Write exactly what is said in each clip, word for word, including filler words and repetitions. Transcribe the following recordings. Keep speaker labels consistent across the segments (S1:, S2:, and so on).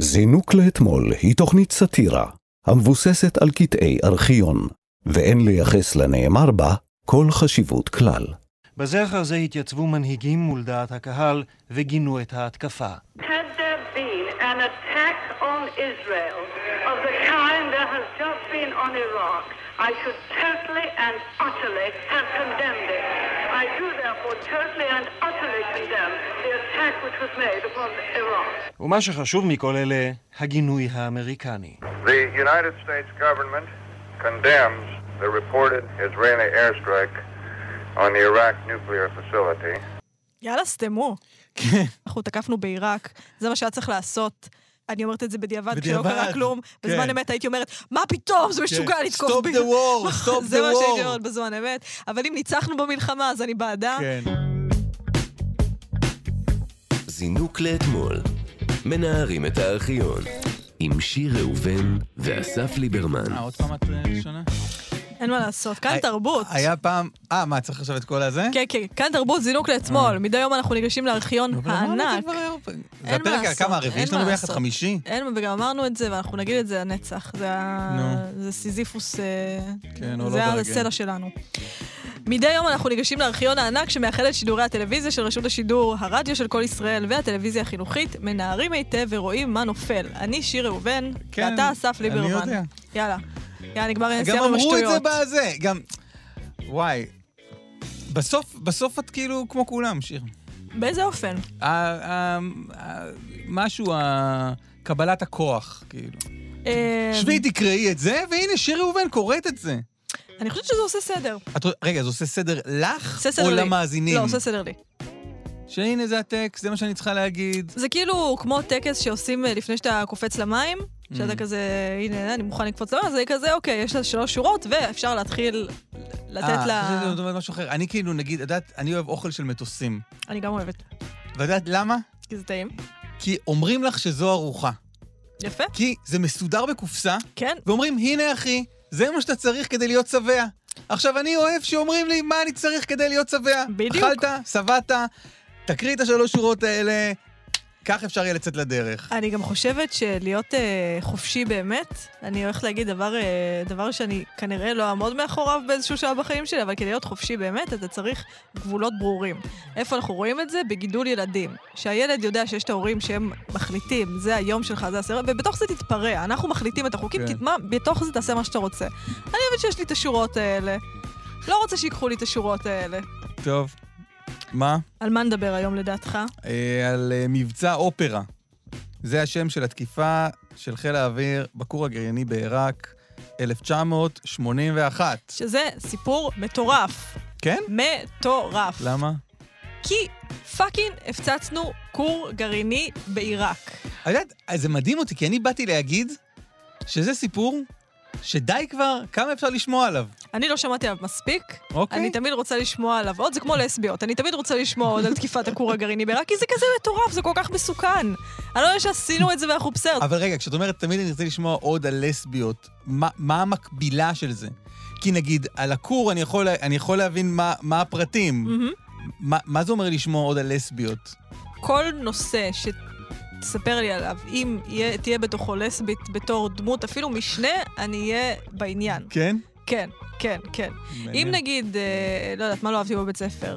S1: זינוק לאתמול היא תוכנית סאטירה, המבוססת על קטעי ארכיון, ואין לייחס לנאמר בה כל חשיבות כלל.
S2: בזה אחר זה התייצבו מנהיגים מול דעת הקהל וגינו את ההתקפה.
S3: Had there been an attack on Israel of the kind that has just been on Iraq, I should totally and utterly have condemned it. I do therefore totally and utterly condemn the attack which was made upon Iraq.
S2: ומה שחשוב מכל אלה, הגינוי האמריקני.
S4: The United States government condemns the reported Israeli airstrike on the Iraq nuclear facility.
S5: יאללה, סתמו. אנחנו תקפנו בעיראק, זה מה שהיה צריך לעשות. אני אומרת את זה בדיעבד, כשלא קרה כלום. בזמן אמת הייתי אומרת, מה פתאום? זה משוגע לתקוף בי.
S6: Stop the war, stop the war.
S5: זה מה שהייתי אומרת בזמן אמת. אבל אם ניצחנו במלחמה, אז אני בעדה.
S6: כן.
S7: זינוק לאתמול. מנערים את הארכיון. עם שיר ראובן ואסף ליברמן.
S6: אה, עוד פעם את שונה?
S5: אין מה לעשות, כאן תרבות.
S6: היה פעם, אה, מה, צריך עכשיו את כל הזה?
S5: כן, כן, כאן תרבות, זינוק לאתמול. מדי יום אנחנו ניגשים לארכיון הענק.
S6: זה הפרק כמה הרביעי, יש לנו ביחד חמישי?
S5: אין, וגם אמרנו את זה, ואנחנו נגיד את זה הנצח. זה סיזיפוס, זה הסלע שלנו. מדי יום אנחנו ניגשים לארכיון הענק שמאחד את שידורי הטלוויזיה של רשות השידור, הרדיו של כל ישראל והטלוויזיה החינוכית, מנערים היטב ורואים מה נופל. אני שיר ראובן, ואתה אסף ליברמן. אני יודע. יאללה. יאללה, נגמר נסיעה במשטויות.
S6: גם אמרו את זה בזה, גם... וואי. בסוף, בסוף את כאילו כמו כולם, שיר.
S5: באיזה אופן?
S6: משהו, קבלת הכוח, כאילו. שבי תקראי את זה, והנה שיר ראובן קוראת את זה.
S5: אני חושבת שזה עושה סדר.
S6: רגע, זה עושה סדר לך או למאזינים?
S5: לא, עושה סדר לי.
S6: שהנה זה הטקסט, זה מה שאני צריכה להגיד.
S5: זה כאילו כמו טקס שעושים לפני שאתה קופץ למים, שאתה כזה, הנה, אני מוכן לקפוץ למים, אז זה כזה, אוקיי, יש לה שלוש שורות, ואפשר להתחיל לתת לה...
S6: אה, זה אומר משהו אחר. אני כאילו, נגיד, יודעת, אני אוהב אוכל של מטוסים.
S5: אני גם אוהבת.
S6: ויודעת למה?
S5: כי זה טעים.
S6: כי אומרים לך שזו ארוחה.
S5: יפה.
S6: כי זה מסודר בקופסה,
S5: כן.
S6: ואומרים, הנה אחי, זה מה שאתה צריך כדי להיות שבע. עכשיו, אני אוהב שאומרים לי מה אני צריך כדי להיות שבע.
S5: בדיוק.
S6: אכלת, שבעת, תקריא את השלוש שורות האלה, כך אפשר יהיה לצאת לדרך.
S5: אני גם חושבת שלהיות אה, חופשי באמת, אני הולכת להגיד דבר, אה, דבר שאני כנראה לא אעמוד מאחוריו באיזשהו שעה בחיים שלי, אבל כדי להיות חופשי באמת, אתה צריך גבולות ברורים. איפה אנחנו רואים את זה? בגידול ילדים. שהילד יודע שיש את ההורים שהם מחליטים, זה היום שלך, זה הסרט, ובתוך זה תתפרע. אנחנו מחליטים את החוקים, כן. תתמה, בתוך זה תעשה מה שאתה רוצה. אני אוהבת שיש לי את השורות האלה. לא רוצה שיקחו לי את השורות האלה.
S6: טוב. מה?
S5: על מה נדבר היום לדעתך?
S6: אה, על אה, מבצע אופרה. זה השם של התקיפה של חיל האוויר בכור הגרעיני בעיראק, אלף תשע מאות שמונים ואחת.
S5: שזה סיפור מטורף.
S6: כן?
S5: מטורף.
S6: למה?
S5: כי פאקינג הפצצנו כור גרעיני בעיראק.
S6: יודעת, זה מדהים אותי, כי אני באתי להגיד שזה סיפור שדי כבר, כמה אפשר לשמוע עליו?
S5: אני לא שמעתי עליו מספיק.
S6: אוקיי.
S5: אני תמיד רוצה לשמוע עליו עוד, זה כמו לסביות. אני תמיד רוצה לשמוע עוד על תקיפת הכור הגרעיני בעיראק, כי זה כזה מטורף, זה כל כך מסוכן. אני לא יודע שעשינו את זה ואנחנו בסרט.
S6: אבל רגע, כשאת אומרת, תמיד אני רוצה לשמוע עוד על לסביות, מה, מה המקבילה של זה? כי נגיד, על הכור אני יכול, אני יכול להבין מה, מה הפרטים. Mm-hmm. מה, מה זה אומר לשמוע עוד על לסביות?
S5: כל נושא ש... תספר לי עליו, אם יהיה, תהיה בתוכו לסבית בתור דמות, אפילו משנה, אני אהיה בעניין.
S6: כן?
S5: כן, כן, כן. אם נגיד, אה, לא יודעת, מה לא אהבתי בבית ספר?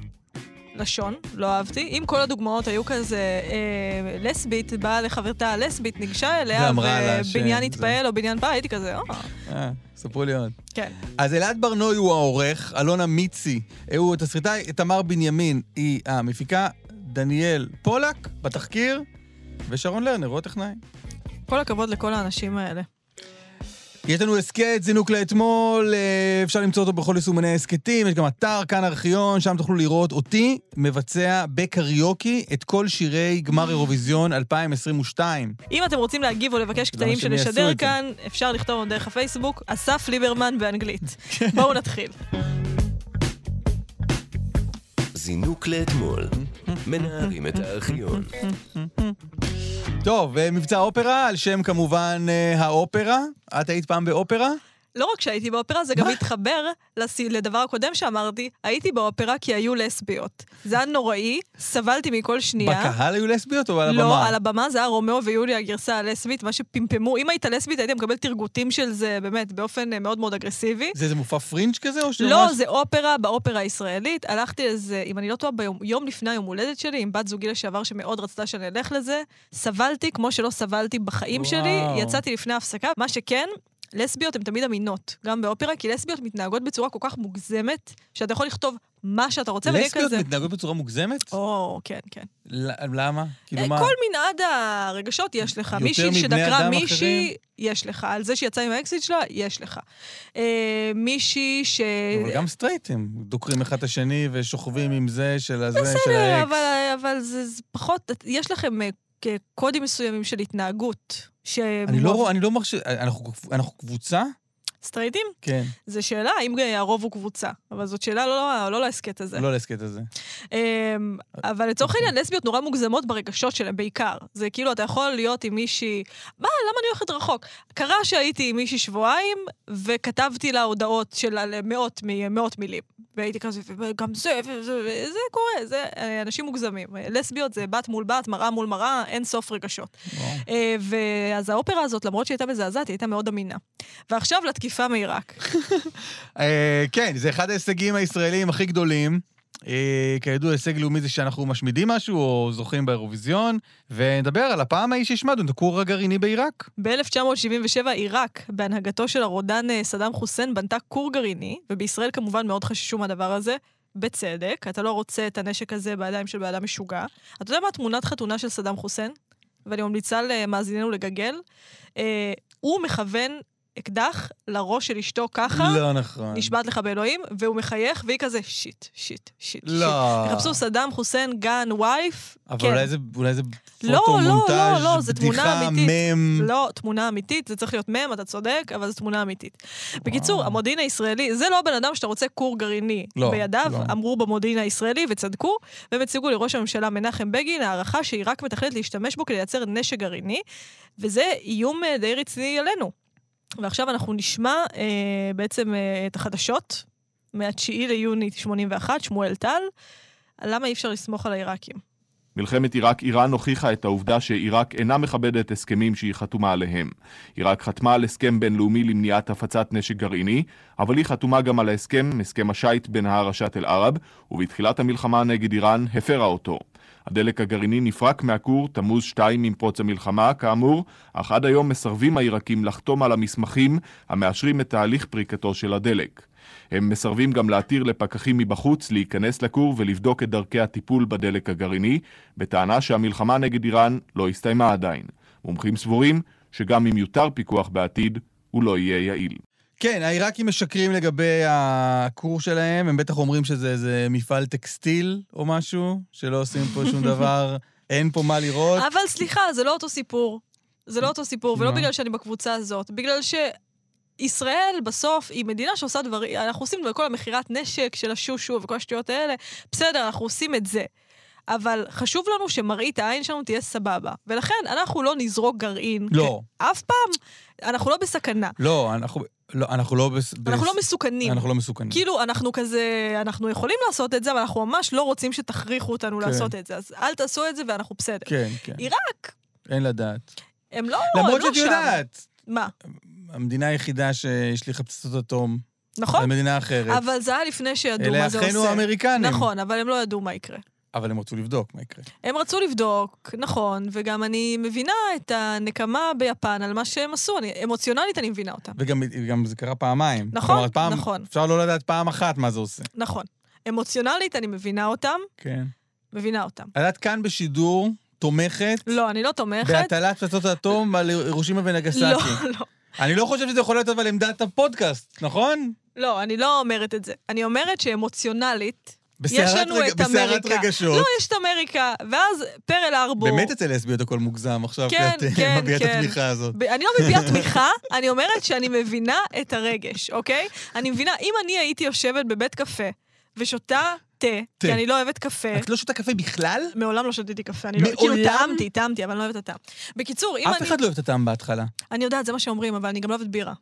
S5: לשון, לא אהבתי. אם כל הדוגמאות היו כזה, אה, לסבית, באה לחברתה לסבית, ניגשה אליה, ובניין התפעל זה... או בניין בא, הייתי כזה, אה.
S6: אה, ספרו לי עוד.
S5: כן.
S6: אז אלעד ברנוי הוא העורך, אלונה מיצי, הוא התסריטאי, תמר בנימין, היא המפיקה, דניאל פולק, בתחקיר, ושרון לרנר, הוא הטכנאי.
S5: כל הכבוד לכל האנשים האלה.
S6: יש לנו הסקט, זינוק לאתמול, אפשר למצוא אותו בכל יישומוני הסקטים, יש גם אתר, כאן ארכיון, שם תוכלו לראות אותי מבצע בקריוקי את כל שירי גמר אירוויזיון אלפיים עשרים ושתיים.
S5: אם אתם רוצים להגיב או לבקש קטעים שנשדר כאן, אפשר לכתוב לנו דרך הפייסבוק, אסף ליברמן באנגלית. בואו נתחיל.
S7: זינוק לאתמול, מנערים את הארכיון.
S6: טוב, מבצע אופרה, על שם כמובן האופרה. את היית פעם באופרה?
S5: לא רק שהייתי באופרה, זה גם מתחבר לדבר הקודם שאמרתי, הייתי באופרה כי היו לסביות. זה היה נוראי, סבלתי מכל שנייה.
S6: בקהל היו לסביות או על הבמה?
S5: לא, על הבמה זה היה רומאו ויוליה, הגרסה הלסבית, מה שפמפמו. אם היית לסבית, הייתי מקבל תרגותים של זה, באמת, באופן מאוד מאוד אגרסיבי.
S6: זה איזה מופע פרינג' כזה או שממש?
S5: לא, זה אופרה, באופרה הישראלית. הלכתי לזה, אם אני לא טועה, ביום, יום לפני היום הולדת שלי, עם בת זוגי לשעבר שמאוד רצתה שאני אלך לזה, סבלתי כמו שלא סבלתי בחיים שלי, יצאתי לפני ההפסקה. מה שכן, לסביות הן תמיד אמינות, גם באופרה, כי לסביות מתנהגות בצורה כל כך מוגזמת, שאתה יכול לכתוב מה שאתה רוצה.
S6: לסביות מתנהגות בצורה מוגזמת?
S5: או, כן, כן.
S6: למה? כל
S5: מנעד הרגשות יש לך. מישהי שדקרה מישהי, יש לך. על זה שיצא עם האקסיט שלה, יש לך. מישהי ש...
S6: אבל גם סטרייטים, דוקרים אחד השני ושוכבים עם זה של הזה, של האקס.
S5: בסדר, אבל זה פחות, יש לכם קודים מסוימים של התנהגות.
S6: אני לא, אני לא מרשה, אנחנו, אנחנו קבוצה?
S5: סטרייטים?
S6: כן.
S5: זו שאלה, האם הרוב הוא קבוצה. אבל זאת שאלה לא, לא להסקט הזה.
S6: לא להסקט הזה.
S5: אבל לצורך העניין, לסביות נורא מוגזמות ברגשות שלהם, בעיקר. זה כאילו, אתה יכול להיות עם מישהי, מה, למה אני הולכת רחוק? קרה שהייתי עם מישהי שבועיים, וכתבתי לה הודעות של מאות, מאות מילים. והייתי כזה, וגם זה, וזה קורה, זה אנשים מוגזמים. לסביות זה בת מול בת, מראה מול מראה, אין סוף רגשות. ואז האופרה הזאת, למרות שהייתה מזעזעת, היא הייתה מאוד אמינה. ועכשיו לתקיפה מעיראק.
S6: כן, זה אחד ההישגים הישראלים הכי גדולים. כידוע, הישג לאומי זה שאנחנו משמידים משהו, או זוכים באירוויזיון, ונדבר על הפעם ההיא שהשמדנו, את הכור הגרעיני בעיראק.
S5: ב-אלף תשע מאות שבעים ושבע, עיראק, בהנהגתו של הרודן סדאם חוסיין, בנתה כור גרעיני, ובישראל כמובן מאוד חששו מהדבר הזה, בצדק. אתה לא רוצה את הנשק הזה בידיים של באדם משוגע. אתה יודע מה תמונת חתונה של סדאם חוסיין? ואני ממליצה למאזיננו לגגל. הוא מכוון אקדח לראש של אשתו ככה,
S6: לא נכון.
S5: נשבעת לך באלוהים, והוא מחייך, והיא כזה שיט, שיט, שיט,
S6: לא.
S5: שיט. תחפשו סדאם חוסיין, גן, וייף,
S6: אבל
S5: כן.
S6: אולי זה, אולי זה פוטו,
S5: לא,
S6: מונטאז',
S5: לא, לא, זה
S6: בדיחה,
S5: תמונה אמיתית.
S6: מם.
S5: לא, תמונה אמיתית, זה צריך להיות מם, אתה צודק, אבל זו תמונה אמיתית. בקיצור, המודיעין הישראלי, זה לא בן אדם שאתה רוצה כור גרעיני
S6: לא,
S5: בידיו,
S6: לא.
S5: אמרו במודיעין הישראלי וצדקו, והם הציגו לראש הממשלה מנחם בגין, הערכה שעיראק מתכננת להשתמש בו כדי לייצר נשק גרעיני, וזה איום די רציני עלינו. ועכשיו אנחנו נשמע אה, בעצם אה, את החדשות, מהתשיעי ליוני שמונים ואחת, שמואל טל, למה אי אפשר לסמוך על העיראקים.
S8: מלחמת עיראק-איראן הוכיחה את העובדה שעיראק אינה מכבדת הסכמים שהיא חתומה עליהם. עיראק חתמה על הסכם בינלאומי למניעת הפצת נשק גרעיני, אבל היא חתומה גם על ההסכם, הסכם השייט בנהר השאט אל-ערב, ובתחילת המלחמה נגד איראן הפרה אותו. הדלק הגרעיני נפרק מהכור תמוז שתיים עם פרוץ המלחמה, כאמור, אך עד היום מסרבים העיראקים לחתום על המסמכים המאשרים את תהליך פריקתו של הדלק. הם מסרבים גם להתיר לפקחים מבחוץ להיכנס לכור ולבדוק את דרכי הטיפול בדלק הגרעיני, בטענה שהמלחמה נגד איראן לא הסתיימה עדיין. מומחים סבורים שגם אם יותר פיקוח בעתיד, הוא לא יהיה יעיל.
S6: כן, העיראקים משקרים לגבי הכור שלהם, הם בטח אומרים שזה איזה מפעל טקסטיל או משהו, שלא עושים פה שום דבר, אין פה מה לראות.
S5: אבל סליחה, זה לא אותו סיפור. זה לא אותו סיפור, ולא בגלל שאני בקבוצה הזאת, בגלל שישראל בסוף היא מדינה שעושה דברים, אנחנו עושים כל המחירת נשק של השושו וכל השטויות האלה, בסדר, אנחנו עושים את זה. אבל חשוב לנו שמראית העין שלנו תהיה סבבה. ולכן אנחנו לא נזרוק גרעין.
S6: לא.
S5: אף פעם אנחנו לא בסכנה.
S6: לא, אנחנו... לא, אנחנו לא... בס...
S5: אנחנו לא מסוכנים.
S6: אנחנו לא מסוכנים.
S5: כאילו, אנחנו כזה, אנחנו יכולים לעשות את זה, אבל אנחנו ממש לא רוצים שתכריחו אותנו
S6: כן.
S5: לעשות את זה. אז אל תעשו את זה ואנחנו בסדר.
S6: כן, כן.
S5: עיראק.
S6: אין לדעת.
S5: הם לא,
S6: למרות
S5: לא
S6: שאת יודעת.
S5: מה?
S6: המדינה היחידה שהשליחה פצצות אטום.
S5: נכון.
S6: על מדינה אחרת.
S5: אבל זה היה לפני שידעו מה זה עושה.
S6: אלה אחינו האמריקנים.
S5: נכון, אבל הם לא ידעו מה יקרה.
S6: אבל הם רצו לבדוק מה יקרה.
S5: הם רצו לבדוק, נכון, וגם אני מבינה את הנקמה ביפן על מה שהם עשו, אני, אמוציונלית אני מבינה אותם.
S6: וגם, וגם זה קרה פעמיים.
S5: נכון,
S6: כלומר, פעם,
S5: נכון.
S6: אפשר לא לדעת פעם אחת מה זה עושה.
S5: נכון. אמוציונלית אני מבינה אותם.
S6: כן.
S5: מבינה אותם.
S6: את כאן בשידור תומכת.
S5: לא, אני לא תומכת.
S6: בהטלת פצצות האטום על הירושימה ונגסקי.
S5: לא, לא.
S6: אני לא חושב שזה יכול להיות אבל עמדת הפודקאסט, נכון?
S5: לא, אני לא אומרת את זה. אני אומרת שאמוציונלית, יש לנו
S6: רגע,
S5: את אמריקה.
S6: רגשות.
S5: לא, יש את אמריקה, ואז פרל ארבור.
S6: באמת אצל לסביות הכל מוגזם עכשיו,
S5: כן,
S6: כי את
S5: כן,
S6: מביעה
S5: כן.
S6: את התמיכה הזאת.
S5: אני לא מביעה תמיכה, אני אומרת שאני מבינה את הרגש, אוקיי? אני מבינה, אם אני הייתי יושבת בבית קפה, ושותה תה, כי אני לא אוהבת קפה.
S6: את לא שותה קפה בכלל?
S5: מעולם לא שתיתי קפה. אני לא, כאילו טעמתי, טעמתי, אבל אני לא אוהבת את הטעם. בקיצור, אם אני...
S6: אף אחד לא אוהב את הטעם בהתחלה.
S5: אני יודעת, זה מה שאומרים, אבל אני גם לא אוהבת בירה.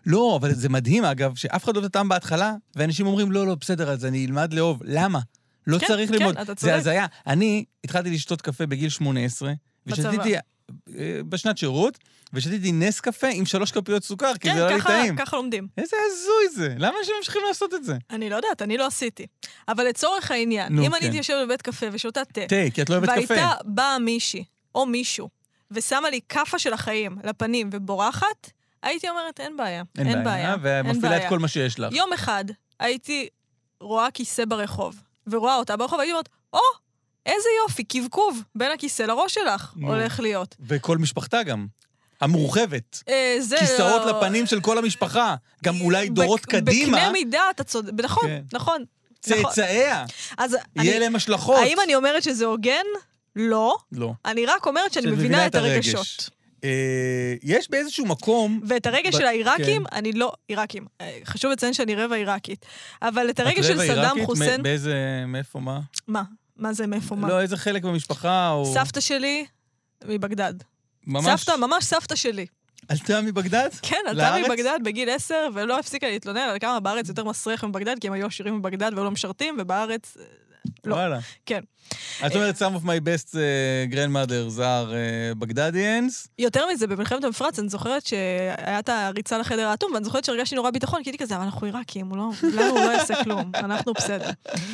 S6: לא, אבל זה מדהים, אגב, שאף אחד לא תטעם בהתחלה, ואנשים אומרים, לא, לא, בסדר, אז אני אלמד לאהוב. למה? לא
S5: כן,
S6: צריך
S5: כן,
S6: ללמוד.
S5: אתה צודק.
S6: זה הזיה. אני התחלתי לשתות קפה בגיל שמונה עשרה, ושתיתי בשנת שירות, ושתיתי נס קפה עם שלוש כפיות סוכר, כי זה לא לי טעים.
S5: כן, ככה לומדים.
S6: איזה הזוי זה. למה אנשים ממשיכים לעשות את זה?
S5: אני לא יודעת, אני לא עשיתי. אבל לצורך העניין,
S6: נו,
S5: אם אני
S6: כן.
S5: הייתי יושבת בבית קפה ושותה תה,
S6: תה, כי את לא אוהבת קפה.
S5: והייתה באה מישהי, או מישהו, ושמה לי קפה של החיים לפנים ובורחת, הייתי אומרת, אין בעיה. אין בעיה.
S6: ומפעילה את כל מה שיש לך.
S5: יום אחד הייתי רואה כיסא ברחוב, ורואה אותה ברחוב, הייתי אומרת, או, איזה יופי, קבקוב בין הכיסא לראש שלך הולך להיות.
S6: וכל משפחתה גם. המורחבת.
S5: אה, זה...
S6: כיסאות לפנים של כל המשפחה. גם אולי דורות קדימה.
S5: בקנה מידה, אתה צודק. נכון,
S6: כן.
S5: נכון.
S6: צאצאיה.
S5: אז
S6: יהיה
S5: אני-
S6: להם השלכות.
S5: האם אני אומרת שזה הוגן? לא.
S6: לא.
S5: אני רק אומרת שאני
S6: שאת
S5: מבינה את
S6: הרגש.
S5: הרגשות.
S6: אה, יש באיזשהו מקום...
S5: ואת הרגש
S6: ב-
S5: של העיראקים,
S6: כן.
S5: אני לא... עיראקים. אה, חשוב לציין שאני רבע עיראקית. אבל את
S6: את
S5: הרגש של
S6: רבע
S5: סדאם
S6: עיראקית?
S5: חוסיין...
S6: מ- באיזה... מאיפה, מה?
S5: מה? מה זה, מאיפה, מה?
S6: לא, איזה חלק במשפחה או...
S5: סבתא שלי מבגדד.
S6: ממש...
S5: סבתא, ממש סבתא שלי.
S6: עלתה מבגדד?
S5: כן, עלתה
S6: לארץ?
S5: מבגדד בגיל עשר, ולא הפסיקה להתלונן על כמה בארץ יותר מסריח מבגדד, כי הם היו עשירים מבגדד והיו לא משרתים, ובארץ... אה, לא.
S6: וואלה.
S5: כן.
S6: את אומרת, some of my best uh, grandmothers are uh, Baghdadians.
S5: יותר מזה, במלחמת המפרץ, אני זוכרת שהיה את הריצה לחדר האטום, ואני זוכרת שהרגשתי נורא ביטחון, כי הייתי כזה, אבל אנחנו עיראקים, הוא לא, לנו הוא לא יעשה כלום, אנחנו בסדר.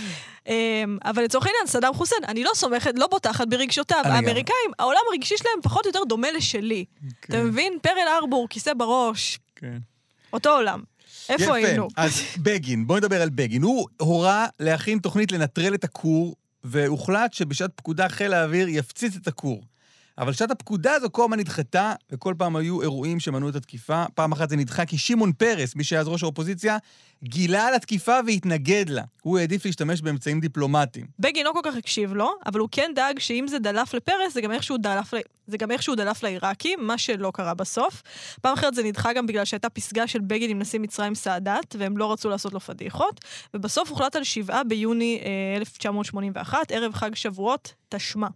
S5: אמ, אבל לצורך העניין, סדאם חוסיין, אני לא סומכת, לא בוטחת ברגשותיו.
S6: אני גם.
S5: האמריקאים, העולם הרגשי שלהם פחות או יותר דומה לשלי. אתה מבין? פרל ארבור, כיסא בראש,
S6: כן.
S5: אותו עולם. איפה היינו?
S6: יפה, אז בגין, בוא נדבר על בגין. הוא הורה להכין תוכנית לנטרל את הכור, והוחלט שבשעת פקודה חיל האוויר יפציץ את הכור. אבל שעת הפקודה הזו כל הזמן נדחתה, וכל פעם היו אירועים שמנעו את התקיפה. פעם אחת זה נדחה כי שמעון פרס, מי שהיה אז ראש האופוזיציה, גילה על התקיפה והתנגד לה. הוא העדיף להשתמש באמצעים דיפלומטיים.
S5: בגין לא כל כך הקשיב לו, אבל הוא כן דאג שאם זה דלף לפרס, זה גם איכשהו דלף, זה גם איכשהו דלף לעיראקים, מה שלא קרה בסוף. פעם אחרת זה נדחה גם בגלל שהייתה פסגה של בגין עם נשיא מצרים סאדאת, והם לא רצו לעשות לו פדיחות, ובסוף הוחלט על שבעה ביוני אלף תשע מאות שמונים ואחת, ערב חג שבועות, תשמע.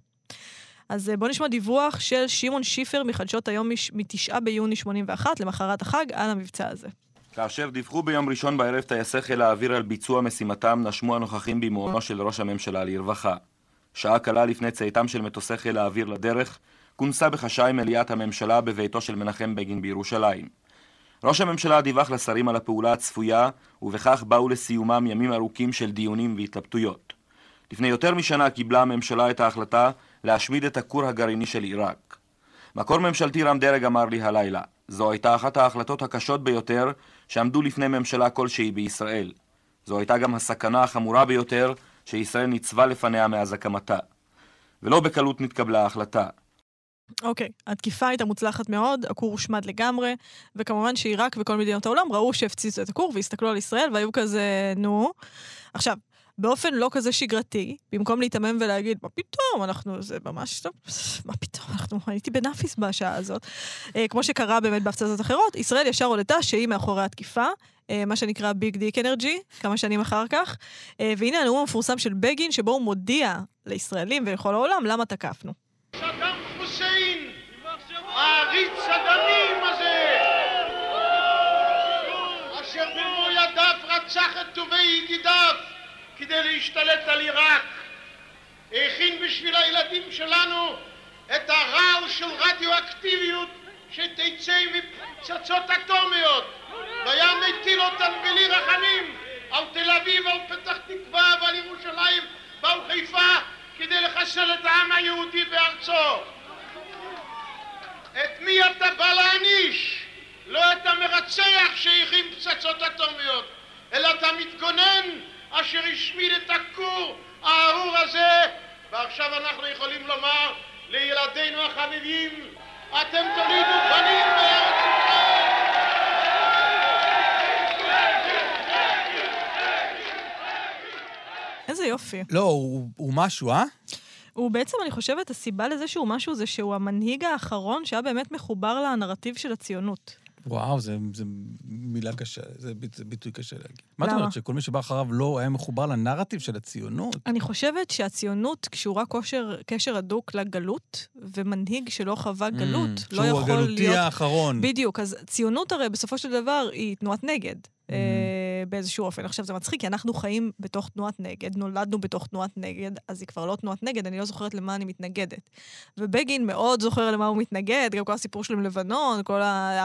S5: אז בוא נשמע דיווח של שמעון שיפר מחדשות היום מתשעה ביוני שמונים ואחת, למחרת החג, על המבצע הזה.
S9: כאשר דיווחו ביום ראשון בערב טייסי חיל האוויר על ביצוע משימתם, נשמו הנוכחים במעונו של ראש הממשלה לרווחה. שעה קלה לפני צאתם של מטוסי חיל האוויר לדרך, כונסה בחשאי מליאת הממשלה בביתו של מנחם בגין בירושלים. ראש הממשלה דיווח לשרים על הפעולה הצפויה, ובכך באו לסיומם ימים ארוכים של דיונים והתלבטויות. לפני יותר משנה קיבלה הממשלה את ההחלטה להשמיד את הכור הגרעיני של עיראק. מקור ממשלתי רם דרג אמר לי הלילה, זו הייתה אחת ההחלטות הקשות ביותר שעמדו לפני ממשלה כלשהי בישראל. זו הייתה גם הסכנה החמורה ביותר שישראל ניצבה לפניה מאז הקמתה. ולא בקלות נתקבלה ההחלטה.
S5: אוקיי, okay. התקיפה הייתה מוצלחת מאוד, הכור הושמד לגמרי, וכמובן שעיראק וכל מדינות העולם ראו שהפציצו את הכור והסתכלו על ישראל והיו כזה, נו. עכשיו, באופן לא כזה שגרתי, במקום להתאמם ולהגיד, מה פתאום, אנחנו, זה ממש, מה פתאום, אנחנו, הייתי בנאפיס בשעה הזאת. אה, כמו שקרה באמת בהפצצות אחרות, ישראל ישר הולטה שהיא מאחורי התקיפה, אה, מה שנקרא ביג דיק אנרגי, כמה שנים אחר כך, אה, והנה הנאום המפורסם של בגין, שבו הוא מודיע לישראלים ולכל העולם למה תקפנו.
S10: סדאם חוסיין, העריץ הדמים הזה, אשר במו ידיו רצח את טובי ידידיו, כדי להשתלט על עיראק, הכין בשביל הילדים שלנו את הרעל של רדיואקטיביות שתצא מפצצות אטומיות, והיה מטיל אותן בלי רחמים על תל אביב, על פתח תקווה ועל ירושלים ועל חיפה, כדי לחסל את העם היהודי בארצו. את מי אתה בא להעניש? לא את המרצח שהכין פצצות אטומיות, אלא אתה מתגונן אשר השמיד את הכור הארור הזה. ועכשיו אנחנו יכולים לומר לילדינו החביבים, אתם תולידו בנים בארץ ישראל.
S5: איזה יופי.
S6: לא, הוא, הוא משהו, אה?
S5: הוא בעצם, אני חושבת, הסיבה לזה שהוא משהו זה שהוא המנהיג האחרון שהיה באמת מחובר לנרטיב של הציונות.
S6: וואו, זה, זה מילה קשה, זה, זה ביטוי קשה להגיד. מה את אומרת, שכל מי שבא אחריו לא היה מחובר לנרטיב של הציונות?
S5: אני חושבת שהציונות קשורה קושר, קשר הדוק לגלות, ומנהיג שלא חווה גלות, mm, לא יכול להיות... שהוא הגלותי
S6: האחרון.
S5: בדיוק, אז ציונות הרי בסופו של דבר היא תנועת נגד. Mm-hmm. באיזשהו אופן. עכשיו זה מצחיק, כי אנחנו חיים בתוך תנועת נגד, נולדנו בתוך תנועת נגד, אז היא כבר לא תנועת נגד, אני לא זוכרת למה אני מתנגדת. ובגין מאוד זוכר למה הוא מתנגד, גם כל הסיפור שלו עם לבנון, כל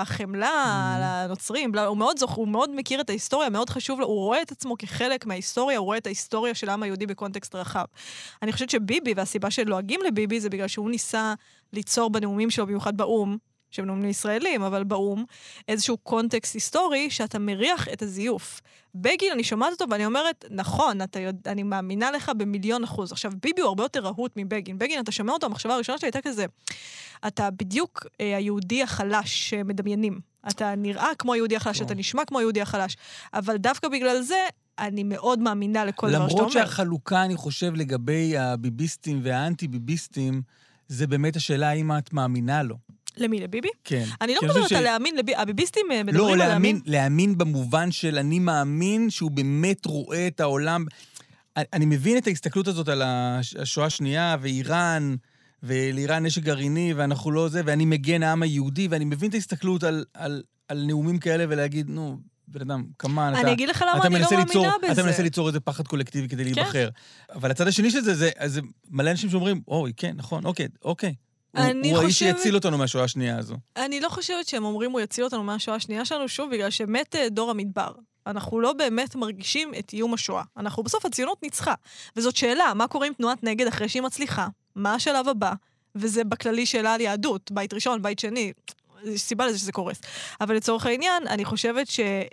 S5: החמלה, mm-hmm. הנוצרים, הוא מאוד זוכר, הוא מאוד מכיר את ההיסטוריה, מאוד חשוב לו, הוא רואה את עצמו כחלק מההיסטוריה, הוא רואה את ההיסטוריה של העם היהודי בקונטקסט רחב. אני חושבת שביבי, והסיבה שלועגים לביבי, זה בגלל שהוא ניסה ליצור בנאומים שלו, במיוחד באום, שהם נאומים ישראלים, אבל באום, איזשהו קונטקסט היסטורי שאתה מריח את הזיוף. בגין, אני שומעת אותו ואני אומרת, נכון, אתה יודע, אני מאמינה לך במיליון אחוז. עכשיו, ביבי הוא הרבה יותר רהוט מבגין. בגין, אתה שומע אותו, המחשבה הראשונה שלי הייתה כזה, אתה בדיוק אה, היהודי החלש שמדמיינים. אתה נראה כמו היהודי החלש, אתה נשמע כמו היהודי החלש. אבל דווקא בגלל זה, אני מאוד מאמינה לכל דבר שאתה אומר.
S6: למרות שהחלוקה, אני חושב, לגבי הביביסטים והאנטי-ביביסטים, זה באמת השאלה האם את מאמינה לו.
S5: למי? לביבי?
S6: כן.
S5: אני לא מדברת על להאמין, הביביסטים מדברים
S6: על
S5: להאמין.
S6: לא, להאמין במובן של אני מאמין שהוא באמת רואה את העולם. אני מבין את ההסתכלות הזאת על השואה השנייה ואיראן, ולאיראן נשק גרעיני, ואנחנו לא זה, ואני מגן העם היהודי, ואני מבין את ההסתכלות על, על, על נאומים כאלה ולהגיד, נו, בן אדם, כמן,
S5: אני אגיד לך למה אני לא מאמינה בזה.
S6: אתה מנסה ליצור איזה פחד קולקטיבי כדי להיבחר. אבל הצד השני של זה, זה מלא אנשים שאומרים, אוי, כן, נכון, אוקיי, אוקיי. הוא האיש שיציל אותנו מהשואה השנייה הזו.
S5: אני לא חושבת שהם אומרים הוא יציל אותנו מהשואה השנייה שלנו, שוב, בגלל שמת דור המדבר. אנחנו לא באמת מרגישים את איום השואה. אנחנו בסוף הציונות ניצחה. וזאת שאלה, מה קורה עם תנועת נגד אחרי שהיא מצליחה? מה השלב הבא? וזה בכללי שאלה על יהדות, בית ראשון, בית שני. יש סיבה לזה שזה קורס. אבל לצורך העניין, אני חושבת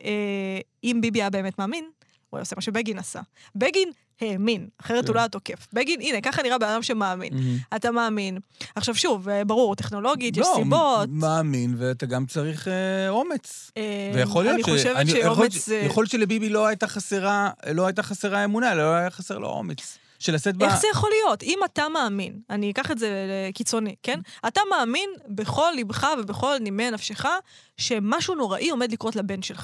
S5: שאם ביבי היה באמת מאמין, הוא היה עושה מה שבגין עשה. בגין האמין, אחרת הוא לא התוקף. בגין, הנה, ככה נראה באדם שמאמין. אתה מאמין. עכשיו שוב, ברור, טכנולוגית, יש סיבות.
S6: לא, מאמין, ואתה גם צריך אומץ. ויכול להיות
S5: ש... אני חושבת שאומץ...
S6: יכול להיות שלביבי לא הייתה חסרה, לא הייתה חסרה אמונה, לא היה חסר לו אומץ.
S5: איך זה יכול להיות? אם אתה מאמין, אני אקח את זה קיצוני, כן? אתה מאמין בכל לבך ובכל נימי נפשך, שמשהו נוראי עומד לקרות לבן שלך.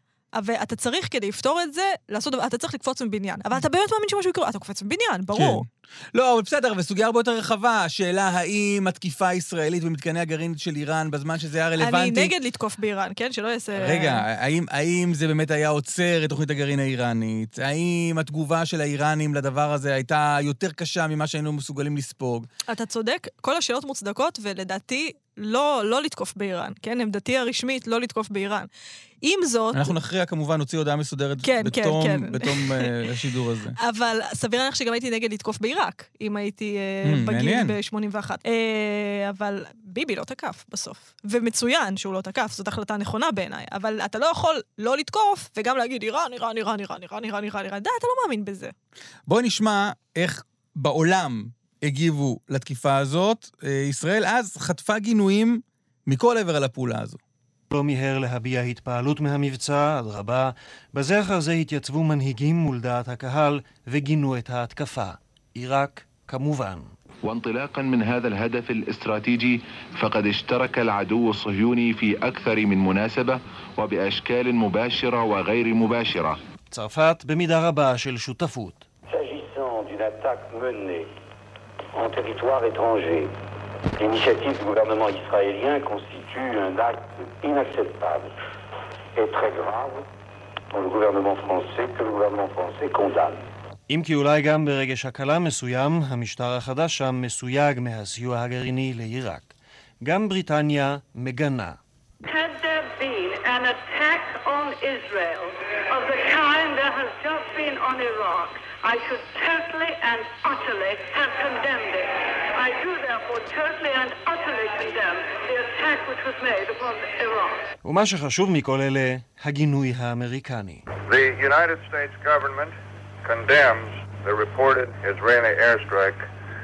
S5: ואתה צריך כדי לפתור את זה, לעשות, אתה צריך לקפוץ מבניין. אבל אתה באמת מאמין שמשהו יקרה, אתה קופץ מבניין, ברור.
S6: כן. לא, אבל בסדר, וסוגיה הרבה יותר רחבה, השאלה האם התקיפה הישראלית במתקני הגרעין של איראן, בזמן שזה היה רלוונטי...
S5: אני נגד לתקוף באיראן, כן? שלא יעשה...
S6: רגע, האם, האם זה באמת היה עוצר את תוכנית הגרעין האיראנית? האם התגובה של האיראנים לדבר הזה הייתה יותר קשה ממה שהיינו מסוגלים לספוג?
S5: אתה צודק, כל השאלות מוצדקות, ולדעתי לא, לא לתקוף באיראן, כן? עמדתי הרשמית לא לתקוף באיראן. עם זאת...
S6: אנחנו נכריע כמובן, נוציא הודעה מסודרת
S5: כן,
S6: בתום,
S5: כן, כן.
S6: בתום uh, השידור הזה.
S5: אבל סביר להניח שגם הייתי נגד לתקוף בעיראק, אם הייתי uh, בגיל ב-שמונים ואחת. Uh, אבל ביבי לא תקף בסוף. ומצוין שהוא לא תקף, זאת החלטה נכונה בעיניי. אבל אתה לא יכול לא לתקוף, וגם להגיד, איראן, איראן, איראן, איראן, איראן, איראן, איראן, איראן. די, אתה לא מאמין בזה.
S6: בואי נשמע איך בעולם הגיבו לתקיפה הזאת. ישראל אז חטפה גינויים מכל עבר על הפעולה הזו.
S2: לא מיהר להביע התפעלות מהמבצע, אדרבה, בזה אחר זה התייצבו מנהיגים מול דעת הקהל וגינו את ההתקפה. עיראק, כמובן.
S11: وانطلاقا من هذا الهدف الاستراتيجي فقد اشترك العدو الصهيوني في أكثر من مناسبة وبأشكال مباشرة وغير مباشرة.
S2: צרפת במידה רבה של שותפות.
S12: S'agissant d'une attaque menée en territoire étranger, l'initiative du gouvernement israélien constitue un acte inacceptable et très grave pour le gouvernement français, que le gouvernement français condamne.
S2: אם כי אולי גם ברגש הקלה מסוים, המשטר החדש שם מסויג מהסיוע הגרעיני לעיראק. גם בריטניה מגנה.
S3: Had there been an attack on Israel of the kind that has just been on Iraq, I should totally and utterly have condemned it. I do therefore totally and utterly condemn the attack which was made upon Iraq.
S2: ומה שחשוב מכל אלה, הגינוי האמריקני.
S4: The United States government condemns the reported Israeli airstrike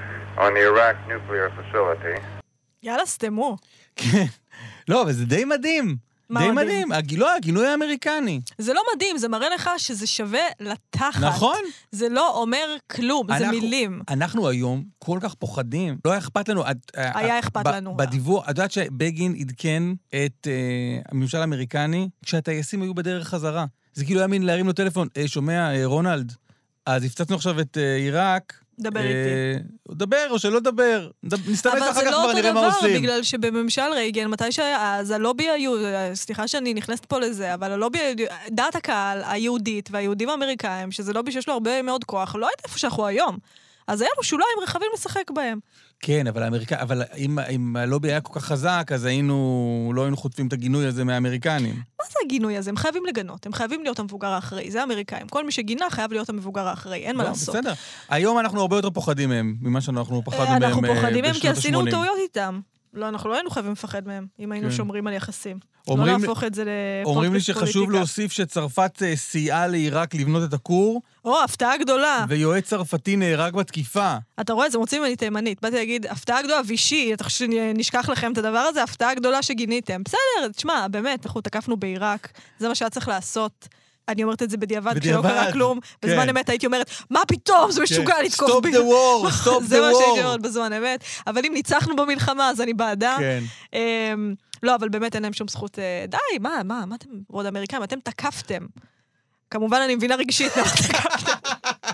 S4: on the Iraq nuclear facility.
S5: יאללה, סתמו.
S6: כן. לא, אבל זה די מדהים. די מדהים. לא, הגינוי האמריקני.
S5: זה לא מדהים, זה מראה לך שזה שווה לתחת.
S6: נכון.
S5: זה לא אומר כלום, זה מילים.
S6: אנחנו היום כל כך פוחדים, לא היה אכפת לנו.
S5: היה אכפת לנו.
S6: בדיווח, את יודעת שבגין עדכן את הממשל האמריקני, כשהטייסים היו בדרך חזרה. זה כאילו היה מין להרים לו טלפון, שומע, רונלד, אז הפצצנו עכשיו את עיראק,
S5: דבר איתי.
S6: דבר או שלא דבר. נסתמס אחר כך כבר נראה מה עושים.
S5: אבל זה לא אותו דבר, בגלל שבממשל רייגן, מתי שהיה, אז הלובי היו, סליחה שאני נכנסת פה לזה, אבל הלובי, דעת הקהל היהודית והיהודים האמריקאים, שזה לובי שיש לו הרבה מאוד כוח, לא הייתה איפה שאנחנו היום. אז היה לו שוליים רחבים לשחק בהם.
S6: כן, אבל האמריקה, אבל אם, אם הלובי היה כל כך חזק, אז היינו, לא היינו חוטפים את הגינוי הזה מהאמריקנים.
S5: מה זה הגינוי הזה? הם חייבים לגנות, הם חייבים להיות המבוגר האחראי, זה האמריקאים. כל מי שגינה חייב להיות המבוגר האחראי, אין מה לעשות.
S6: בסדר. היום אנחנו הרבה יותר פוחדים מהם, ממה שאנחנו פחדנו מהם
S5: אנחנו פוחדים מהם כי עשינו טעויות איתם. לא, אנחנו לא היינו חייבים לפחד מהם, אם היינו שומרים על יחסים. לא להפוך את זה לפודקאסט פוליטיקה.
S6: אומרים לי שחשוב להוסיף שצרפת סייעה לעיראק לבנות את הכור.
S5: או, הפתעה גדולה.
S6: ויועץ צרפתי נהרג בתקיפה.
S5: אתה רואה, זה מוצאים ממני תימנית. באתי להגיד, הפתעה גדולה, וישי, אתה חושב שנשכח לכם את הדבר הזה, הפתעה גדולה שגיניתם. בסדר, תשמע, באמת, אנחנו תקפנו בעיראק, זה מה שהיה צריך לעשות. אני אומרת את זה בדיעבד, כשלא קרה כלום. בזמן אמת הייתי אומרת, מה פתאום? זה משוגע לתקוף בי.
S6: Stop the war, stop the war.
S5: זה מה שהייתי אומרת בזמן אמת. אבל אם ניצחנו במלחמה, אז אני בעדה. לא, אבל באמת אין להם שום זכות. די, מה, מה, מה אתם, עוד אמריקאים, אתם תקפתם. כמובן אני מבינה רגשית, אבל תקפתם.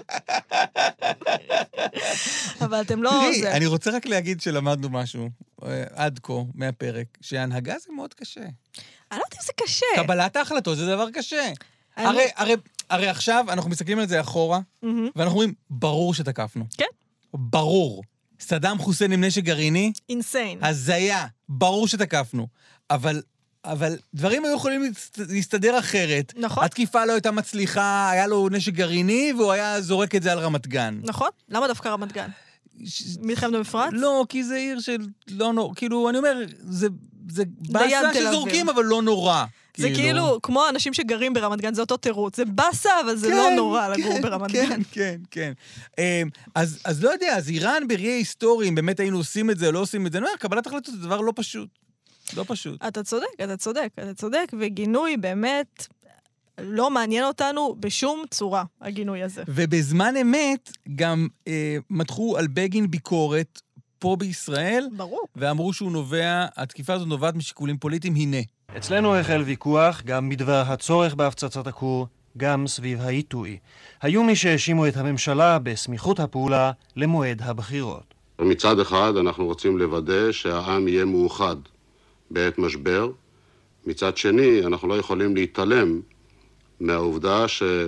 S5: אבל אתם לא...
S6: תראי, אני רוצה רק להגיד שלמדנו משהו, עד כה, מהפרק, שההנהגה זה מאוד קשה.
S5: אני לא יודעת אם זה קשה.
S6: קבלת ההחלטות זה דבר קשה. הרי, הרי, הרי עכשיו אנחנו מסתכלים על זה אחורה, ואנחנו אומרים, ברור שתקפנו.
S5: כן.
S6: ברור. סדאם חוסיין עם נשק גרעיני?
S5: אינסיין.
S6: הזיה. ברור שתקפנו. אבל, אבל דברים היו יכולים להסתדר אחרת.
S5: נכון.
S6: התקיפה לא הייתה מצליחה, היה לו נשק גרעיני, והוא היה זורק את זה על רמת גן.
S5: נכון. למה דווקא רמת גן? מלחמת המפרץ?
S6: לא, כי זה עיר של לא נורא. כאילו, אני אומר, זה, זה באסה שזורקים, אבל לא נורא.
S5: זה כאילו, כמו אנשים שגרים ברמת גן, זה אותו תירוץ. זה בסה, אבל זה לא נורא לגור ברמת גן.
S6: כן, כן, כן. אז לא יודע, אז איראן בראי היסטוריים, באמת היינו עושים את זה, לא עושים את זה. אני אומר, קבלת החלטות זה דבר לא פשוט. לא פשוט.
S5: אתה צודק, אתה צודק, אתה צודק, וגינוי באמת לא מעניין אותנו בשום צורה, הגינוי הזה.
S6: ובזמן אמת גם מתחו על בגין ביקורת פה בישראל,
S5: ברור.
S6: ואמרו שהוא נובע, התקיפה הזאת נובעת משיקולים פוליטיים, הנה.
S2: אצלנו החל ויכוח גם בדבר הצורך בהפצצת הכור, גם סביב העיתוי. היו מי שהאשימו את הממשלה בסמיכות הפעולה למועד הבחירות.
S13: מצד אחד אנחנו רוצים לוודא שהעם יהיה מאוחד בעת משבר. מצד שני אנחנו לא יכולים להתעלם מהעובדה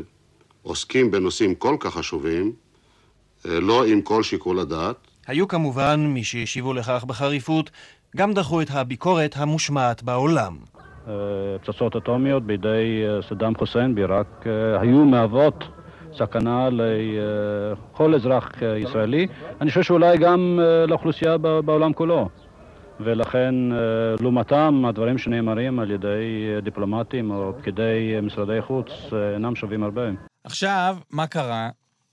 S13: שעוסקים בנושאים כל כך חשובים, לא עם כל שיקול הדעת.
S2: היו כמובן מי שהשיבו לכך בחריפות, גם דחו את הביקורת המושמעת בעולם.
S14: פצצות אטומיות בידי סדאם חוסיין בעיראק היו מהוות סכנה לכל אזרח ישראלי. אני חושב שאולי גם לאוכלוסייה בעולם כולו. ולכן, לעומתם, הדברים שנאמרים על ידי דיפלומטים או פקידי משרדי חוץ אינם שווים הרבה.
S6: עכשיו, מה קרה?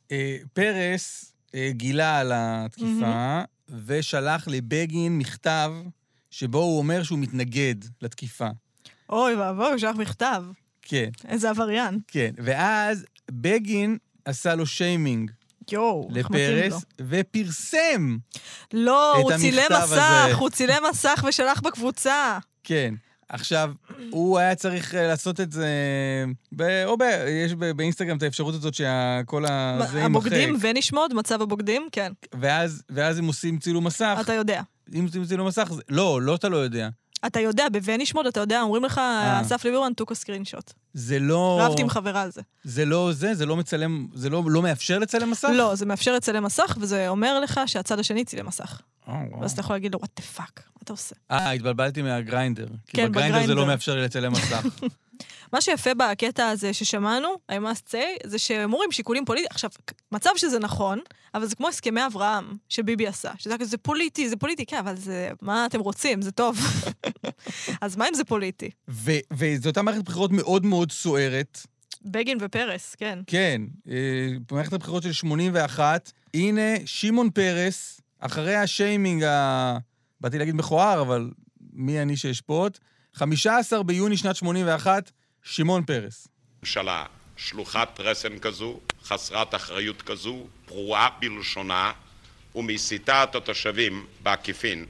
S6: פרס גילה על התקיפה ושלח לבגין מכתב שבו הוא אומר שהוא מתנגד לתקיפה.
S5: אוי ואבוי, הוא שלח מכתב.
S6: כן.
S5: איזה עבריין.
S6: כן, ואז בגין עשה לו שיימינג.
S5: יואו,
S6: לפרס, ופרסם
S5: לא, הוא צילם מסך,
S6: הזה.
S5: הוא צילם מסך ושלח בקבוצה.
S6: כן. עכשיו, הוא היה צריך לעשות את זה, ב, או ב, יש ב, באינסטגרם את האפשרות הזאת שכל הזה יימחק.
S5: הבוגדים ונשמוד, מצב הבוגדים, כן.
S6: ואז, ואז הם עושים צילום מסך.
S5: אתה יודע.
S6: אם עושים צילום מסך, זה, לא, לא אתה לא יודע.
S5: אתה יודע, בוונשמוד, אתה יודע, אומרים לך, אסף ליברמן, תוק הסקרינשוט.
S6: זה לא...
S5: רבתי עם חברה על זה.
S6: זה לא זה, זה לא מצלם, זה לא, לא מאפשר לצלם מסך?
S5: לא, זה מאפשר לצלם מסך, וזה אומר לך שהצד השני צילם מסך. ואז אתה יכול להגיד לו, what the fuck, מה אתה עושה?
S6: אה, התבלבלתי מהגריינדר. כי
S5: כן,
S6: בגריינדר זה לא מאפשר לי לצלם מסך.
S5: מה שיפה בקטע הזה ששמענו, I must say, זה שאמורים שיקולים פוליטיים. עכשיו, מצב שזה נכון, אבל זה כמו הסכמי אברהם שביבי עשה. שזה זה פוליטי, זה פוליטי, כן, אבל זה, מה אתם רוצים? זה טוב. אז מה אם זה פוליטי?
S6: וזו אותה מערכת בחירות מאוד מאוד סוערת.
S5: בגין ופרס, כן.
S6: כן, במערכת הבחירות של שמונים ואחת, הנה שמעון פרס, אחרי השיימינג, ה... באתי להגיד מכוער, אבל מי אני שאשפוט, חמישה עשר ביוני שנת שמונים ואחת, שמעון פרס.
S15: ממשלה, שלוחת רסן כזו, חסרת אחריות כזו, פרועה בלשונה, ומסיתה את התושבים בעקיפין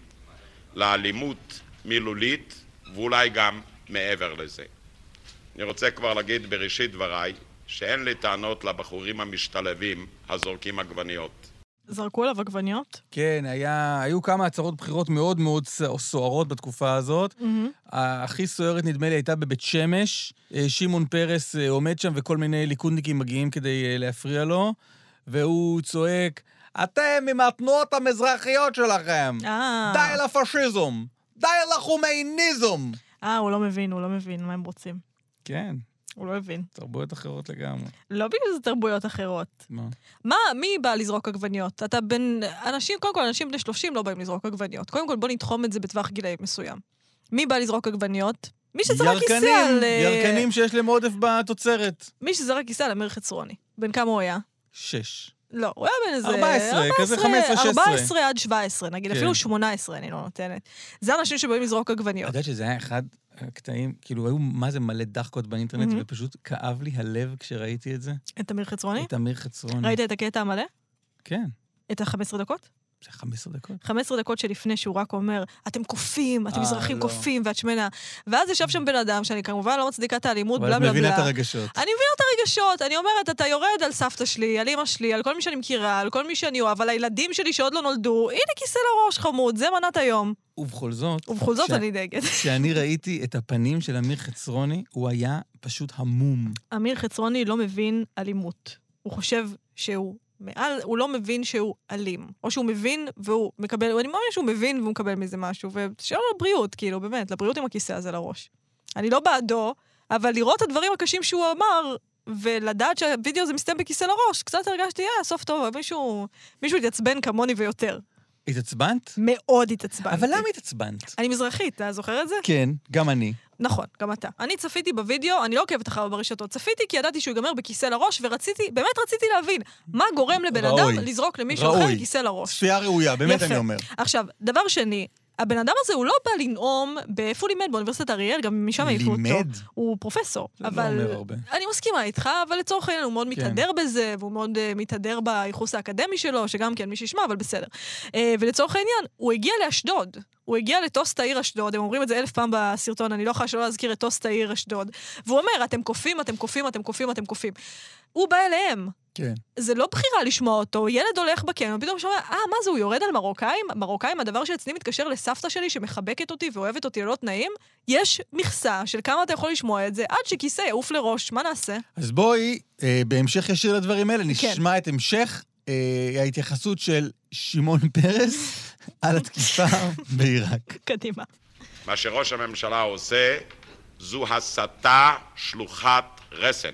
S15: לאלימות מילולית, ואולי גם מעבר לזה. אני רוצה כבר להגיד בראשית דבריי, שאין לי טענות לבחורים המשתלבים הזורקים עגבניות.
S5: זרקו עליו עגבניות?
S6: כן, היה, היו כמה הצהרות בחירות מאוד מאוד סוערות בתקופה הזאת. Mm-hmm. הכי סוערת נדמה לי הייתה בבית שמש. שמעון פרס עומד שם וכל מיני ליכודניקים מגיעים כדי להפריע לו, והוא צועק, אתם עם התנועות המזרחיות שלכם.
S5: אה.
S6: די לפשיזם. די לחומייניזם.
S5: אה, הוא לא מבין, הוא לא מבין מה הם רוצים.
S6: כן.
S5: הוא לא הבין.
S6: תרבויות אחרות לגמרי.
S5: לא בגלל זה תרבויות אחרות.
S6: מה?
S5: מה, מי בא לזרוק עגבניות? אתה בין אנשים, קודם כל, אנשים בני שלושים לא באים לזרוק עגבניות. קודם כל, בוא נתחום את זה בטווח גילאי מסוים. מי בא לזרוק עגבניות? מי שזרק כיסא על...
S6: ירקנים שיש להם עודף בתוצרת.
S5: מי שזרק כיסא על אמיר חצרוני. בין כמה הוא היה?
S6: שש.
S5: לא, הוא היה בין איזה...
S6: ארבע עשרה, כזה חמש עשרה, שש עשרה.
S5: ארבע עשרה עד שבע עשרה, נגיד, אפילו שמונה עשרה אני לא נותנת. זה אנשים שבאים לזרוק עגבניות.
S6: אתה יודעת שזה היה אחד הקטעים, כאילו, היו מה זה מלא דחקות באינטרנט, ופשוט כאב לי הלב כשראיתי את זה.
S5: את אמיר חצרוני?
S6: את אמיר חצרוני.
S5: ראית את הקטע המלא?
S6: כן.
S5: את ה-חמש עשרה דקות?
S6: זה חמש עשרה דקות.
S5: חמש עשרה דקות שלפני שהוא רק אומר, אתם קופים, אתם מזרחים קופים, ואת שמנה. ואז ישב שם בן אדם, שאני כמובן לא מצדיקה את האלימות, בלה בלה בלה.
S6: אבל מבינה את הרגשות.
S5: אני מבינה את הרגשות, אני אומרת, אתה יורד על סבתא שלי, על אמא שלי, על כל מי שאני מכירה, על כל מי שאני אוהב, על הילדים שלי שעוד לא נולדו, הנה כיסא לראש חמוד, זה מנת היום.
S6: ובכל זאת...
S5: ובכל זאת אני נגד.
S6: כשאני ראיתי את הפנים של אמיר חצרוני, הוא היה פשוט המום.
S5: אמיר חצרוני לא מבין אלימות. הוא חושב שהוא מעל, הוא לא מבין שהוא אלים. או שהוא מבין והוא מקבל, אני מאמין שהוא מבין והוא מקבל מזה משהו, ושאלה לו לבריאות, כאילו, באמת, לבריאות עם הכיסא הזה לראש. אני לא בעדו, אבל לראות את הדברים הקשים שהוא אמר, ולדעת שהווידאו הזה מסתיים בכיסא לראש, קצת הרגשתי, אה, סוף טוב, מישהו, מישהו התעצבן כמוני ויותר.
S6: התעצבנת?
S5: מאוד התעצבנתי.
S6: אבל למה התעצבנת?
S5: אני מזרחית, אתה זוכר את זה?
S6: כן, גם אני.
S5: נכון, גם אתה. אני צפיתי בווידאו, אני לא עוקבת אחריו ברשתות, צפיתי כי ידעתי שהוא ייגמר בכיסא לראש, ורציתי, באמת רציתי להבין, מה גורם לבן אדם לזרוק למישהו אחר כיסא לראש.
S6: צפייה ראויה, באמת אני אומר.
S5: עכשיו, דבר שני, הבן אדם הזה הוא לא בא לנאום באיפה הוא לימד באוניברסיטת אריאל, גם משם העיפו אותו.
S6: לימד?
S5: הוא פרופסור.
S6: זה לא אומר הרבה.
S5: אני מסכימה איתך, אבל לצורך העניין הוא מאוד מתהדר בזה, והוא מאוד מתהדר בייחוס האקדמי שלו, שגם כן מי שישמע, אבל בסדר. ולצורך העניין, הוא הגיע לאשדוד. הוא הגיע לטוסט העיר אשדוד, הם אומרים את זה אלף פעם בסרטון, אני לא יכולה שלא להזכיר את טוסט העיר אשדוד. והוא אומר, אתם קופים, אתם קופים, אתם קופים, אתם קופים. הוא בא אליהם.
S6: כן.
S5: זה לא בחירה לשמוע אותו, ילד הולך בקניון, פתאום שומע, אה, מה זה, הוא יורד על מרוקאים? מרוקאים, הדבר שאצלי מתקשר לסבתא שלי שמחבקת אותי ואוהבת אותי ללא תנאים, יש מכסה של כמה אתה יכול לשמוע את זה, עד שכיסא יעוף לראש, מה נעשה?
S6: אז בואי, אה, בהמשך ישיר לדברים האלה, נשמע כן. את המשך אה, ההתייחסות של שמעון פרס על התקיפה בעיראק.
S5: קדימה.
S15: מה שראש הממשלה עושה, זו הסתה שלוחת רסן.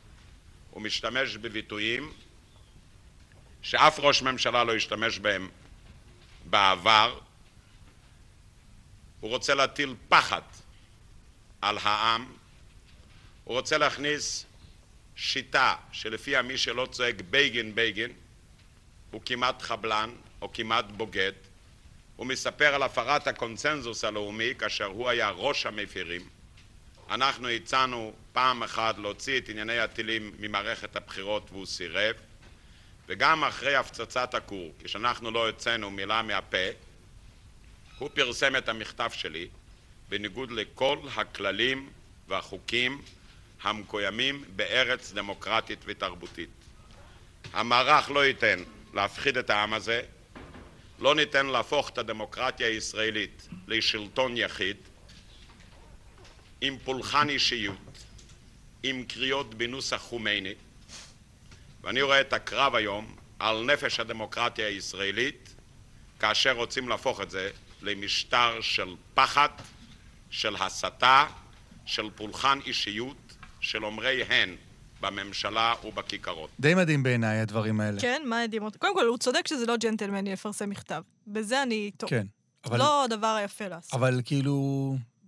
S15: הוא משתמש בביטויים שאף ראש ממשלה לא השתמש בהם בעבר. הוא רוצה להטיל פחד על העם. הוא רוצה להכניס שיטה שלפיה מי שלא צועק בייגן בייגן הוא כמעט חבלן או כמעט בוגד. הוא מספר על הפרת הקונצנזוס הלאומי כאשר הוא היה ראש המפירים. אנחנו הצענו פעם אחת להוציא את ענייני הטילים ממערכת הבחירות והוא סירב, וגם אחרי הפצצת הכור, כשאנחנו לא הצאנו מילה מהפה, הוא פרסם את המכתב שלי בניגוד לכל הכללים והחוקים המקוימים בארץ דמוקרטית ותרבותית. המערך לא ייתן להפחיד את העם הזה, לא ניתן להפוך את הדמוקרטיה הישראלית לשלטון יחיד, עם פולחן אישיות, עם קריאות בנוסח חומייני, ואני רואה את הקרב היום על נפש הדמוקרטיה הישראלית, כאשר רוצים להפוך את זה למשטר של פחד, של הסתה, של פולחן אישיות, של אומרי הן בממשלה ובכיכרות.
S6: די מדהים בעיניי הדברים האלה.
S5: כן, מה מדהים אותו? קודם כל, הוא צודק שזה לא ג'נטלמני לפרסם מכתב. בזה אני טוב.
S6: כן. אבל...
S5: לא הדבר היפה לעשות.
S6: אבל כאילו...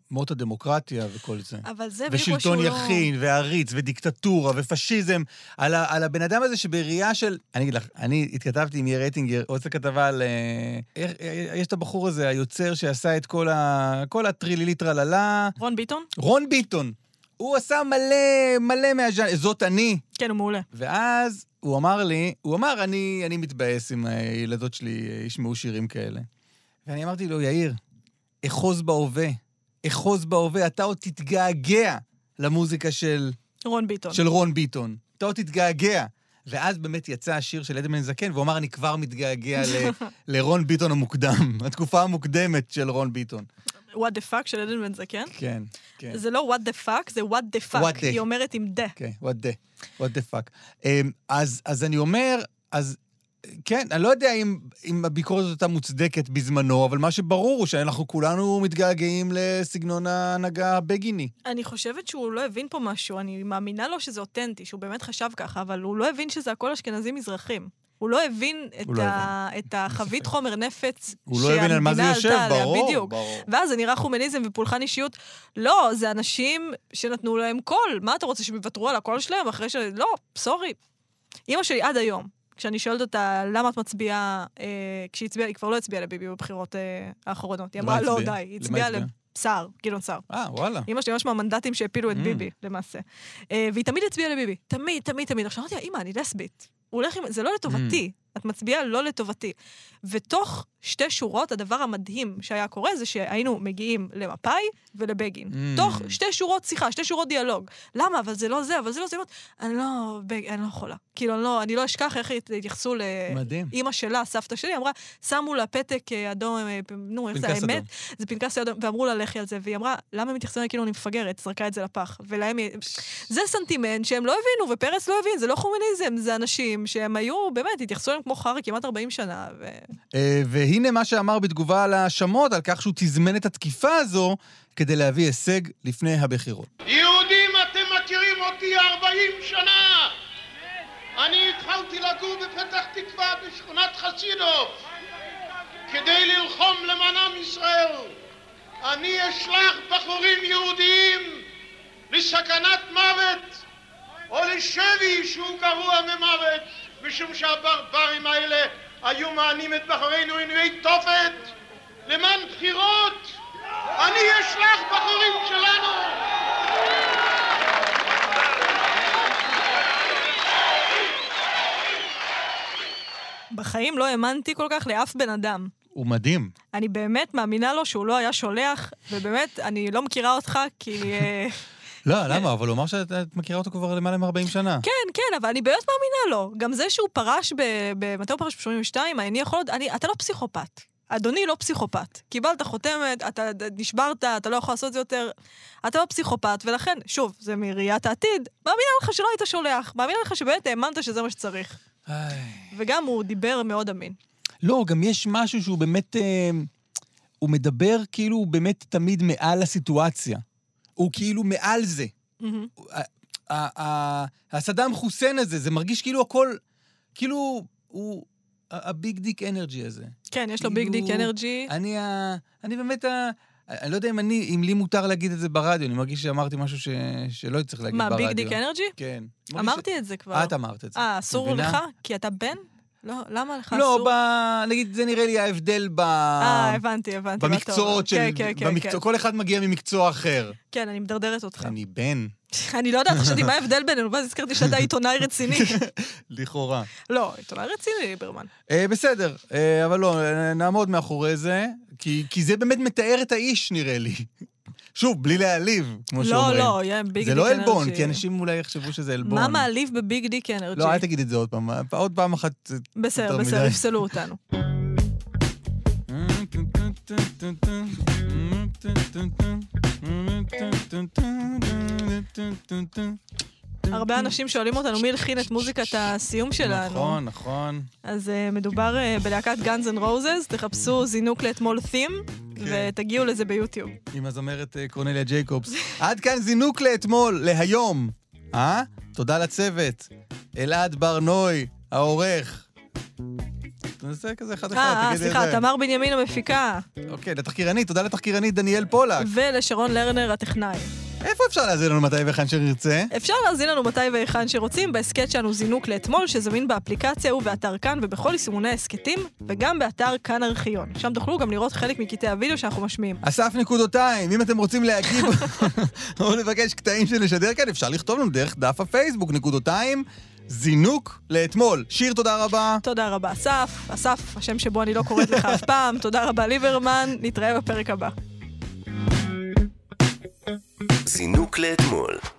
S6: מות הדמוקרטיה וכל זה.
S5: אבל זה בדיוק
S6: ושלטון
S5: משהו
S6: יחין,
S5: לא...
S6: ועריץ, ודיקטטורה, ופשיזם, על, ה, על הבן אדם הזה שבראייה של... אני אגיד לך, אני התכתבתי עם יאיר רייטינגר, עושה כתבה על... איך, יש את הבחור הזה, היוצר שעשה את כל, ה, כל הטרילילי טרללה.
S5: רון ביטון?
S6: רון ביטון. הוא עשה מלא, מלא מהז'אנר, זאת אני.
S5: כן, הוא מעולה.
S6: ואז הוא אמר לי, הוא אמר, אני, אני מתבאס אם הילדות שלי ישמעו שירים כאלה. ואני אמרתי לו, יאיר, אחוז בהווה, אחוז בהווה, אתה עוד תתגעגע למוזיקה של...
S5: רון ביטון.
S6: של רון ביטון. אתה עוד תתגעגע. ואז באמת יצא השיר של עדן בן זקן, והוא אמר, אני כבר מתגעגע ל, לרון ביטון המוקדם, התקופה המוקדמת של רון ביטון.
S5: what the fuck של עדן בן זקן?
S6: כן, כן.
S5: זה לא what the fuck, זה what the fuck.
S6: What the.
S5: היא אומרת עם דה.
S6: כן, what the, what the fuck. אז, אז אני אומר, אז כן, אני לא יודע אם, אם הביקורת הזאת הייתה מוצדקת בזמנו, אבל מה שברור הוא שאנחנו כולנו מתגעגעים לסגנון ההנהגה הבגיני.
S5: אני חושבת שהוא לא הבין פה משהו, אני מאמינה לו שזה אותנטי, שהוא באמת חשב ככה, אבל הוא לא הבין שזה הכל אשכנזים מזרחים. הוא לא הבין את,
S6: לא
S5: ה... הבין. את החבית חומר נפץ
S6: הוא לא הבין על מה זה יושב,
S5: עליה,
S6: ברור,
S5: בדיוק.
S6: ברור.
S5: ואז זה נראה חומניזם ופולחן אישיות. לא, זה אנשים שנתנו להם קול. מה אתה רוצה, שהם יוותרו על הקול שלהם אחרי ש... לא, סורי. אמא שלי עד היום, כשאני שואלת אותה למה את מצביעה, אה, כשהיא הצביעה, היא כבר לא הצביעה לביבי בבחירות אה, האחרונות. היא אמרה, לא, די, היא הצביעה לסער, גדעון סער.
S6: אה, וואלה.
S5: אמא שלי ממש מהמנדטים שהפילו את
S6: Mm.
S5: ביבי, למעשה. אה, והיא תמיד הצביעה לביבי. תמיד, תמיד, תמיד. עכשיו אמרתי לה, אמא, אני לסבית. הוא הולך עם... זה לא לטובתי. את מצביעה לא לטובתי. ותוך שתי שורות, הדבר המדהים שהיה קורה, זה שהיינו מגיעים למפאי ולבגין.
S6: Mm.
S5: תוך שתי שורות שיחה, שתי שורות דיאלוג. למה? אבל זה לא זה, אבל זה לא זה. אני לא, אני לא יכולה. כאילו, אני לא, אני לא אשכח איך התייחסו לאמא שלה, סבתא שלי, אמרה, שמו לה פתק אדום, נו, איך זה האמת? זה פנקס אדום, ואמרו לה לכי על זה, והיא אמרה, למה הם מתייחסים לה כאילו אני מפגרת? זרקה את זה לפח. ולהם, זה סנטימנט שהם לא הבינו, ופרס לא הבין, זה לא חומניזם, זה אנשים שהם היו, באמת, התייחסו להם כמו חרי כמעט ארבעים שנה. ו...
S6: והנה מה שאמר בתגובה על האשמות, על כך שהוא תזמן את התקיפה הזו, כדי להביא הישג לפני הבחירות.
S10: יהודים, אתם מכירים אותי ארבעים שנה. אני התחלתי לגור בפתח תקווה בשכונת חסידוב, כדי ללחום למען עם ישראל. אני אשלח בחורים יהודיים לסכנת מוות, או לשבי שהוא גרוע ממוות, משום שהברברים האלה היו מענים את בחורינו עינויי תופת למען בחירות. אני אשלח בחורים שלנו.
S5: בחיים לא האמנתי כל כך לאף בן אדם.
S6: הוא מדהים.
S5: אני באמת מאמינה לו שהוא לא היה שולח, ובאמת, אני לא מכירה אותך כי...
S6: לא, למה? אבל הוא אמר שאת מכירה אותו כבר למעלה מ-ארבעים שנה.
S5: כן, כן, אבל אני באמת מאמינה לו. גם זה שהוא פרש ב... מתי הוא פרש ב-שמונים ושתיים, אני יכול... אתה לא פסיכופת. אדוני לא פסיכופת. קיבלת חותמת, אתה נשברת, אתה לא יכול לעשות זה יותר. אתה לא פסיכופת, ולכן, שוב, זה מראיית העתיד, מאמינה לך שלא היית שולח. מאמינה לך שבאמת האמנת שזה מה שצריך. וגם הוא דיבר מאוד אמין.
S6: לא, גם יש משהו שהוא באמת... הוא מדבר כאילו הוא באמת תמיד מעל הסיטואציה. הוא כאילו מעל זה. הסדאם חוסיין הזה, זה מרגיש כאילו הכל, כאילו הוא הביג דיק אנרג'י הזה.
S5: כן, יש לו ביג דיק אנרג'י.
S6: אני באמת, אני לא יודע אם אני, אם לי מותר להגיד את זה ברדיו, אני מרגיש שאמרתי משהו שלא צריך להגיד ברדיו.
S5: מה, ביג דיק אנרג'י?
S6: כן.
S5: אמרתי את זה כבר.
S6: את אמרת את זה.
S5: אה, אסור לך? כי אתה בן? לא, למה לך אסור?
S6: לא, נגיד, זה נראה לי ההבדל ב...
S5: אה, הבנתי, הבנתי.
S6: במקצועות של... כל אחד מגיע ממקצוע אחר.
S5: כן, אני מדרדרת אותך.
S6: אני בן.
S5: אני לא יודעת, חשבתי מה ההבדל בינינו, ואז הזכרתי שאתה עיתונאי רציני.
S6: לכאורה.
S5: לא, עיתונאי רציני, ברמן.
S6: בסדר, אבל לא, נעמוד מאחורי זה, כי זה באמת מתאר את האיש, נראה לי. שוב, בלי להעליב, כמו שאומרים.
S5: לא, לא, יהיה ביג דיק אנרג'י.
S6: זה לא אלבון, כי אנשים אולי יחשבו שזה אלבון.
S5: מה מעליב בביג דיק אנרג'י?
S6: לא, אל תגיד את זה עוד פעם. עוד פעם אחת...
S5: בסדר, בסדר, יפסלו אותנו. הרבה אנשים שואלים אותנו מי הלחין את מוזיקת הסיום שלנו.
S6: נכון, נכון.
S5: אז מדובר בלהקת Guns N' Roses, תחפשו זינוק לאתמול תים, ותגיעו לזה ביוטיוב.
S6: עם הזמרת קורנליה ג'ייקובס. עד כאן זינוק לאתמול, להיום. אה? תודה לצוות. אלעד ברנוי, העורך. נעשה כזה אחד אחד.
S5: אה, סליחה, תמר בנימין המפיקה.
S6: אוקיי, לתחקירנית, תודה לתחקירנית דניאל פולק.
S5: ולשרון לרנר הטכנאי.
S6: איפה אפשר להזין לנו מתי והיכן שנרצה?
S5: אפשר להזין לנו מתי והיכן שרוצים בהסקט שלנו זינוק לאתמול, שזמין באפליקציה ובאתר כאן ובכל יישומוני ההסקטים, וגם באתר כאן ארכיון. שם תוכלו גם לראות חלק מקטעי הוידאו שאנחנו משמיעים.
S6: אסף נקודותיים, אם אתם רוצים להגיב או לבקש קטעים שנשדר כאן, אפשר לכתוב לנו דרך דף הפייסבוק, נקודותיים, זינוק לאתמול. שיר, תודה רבה.
S5: תודה רבה, אסף. אסף, השם שבו אני לא קוראת לך אף פעם. תודה רבה, ליברמן. נתראה בפרק הבא.
S7: זינוק לאתמול.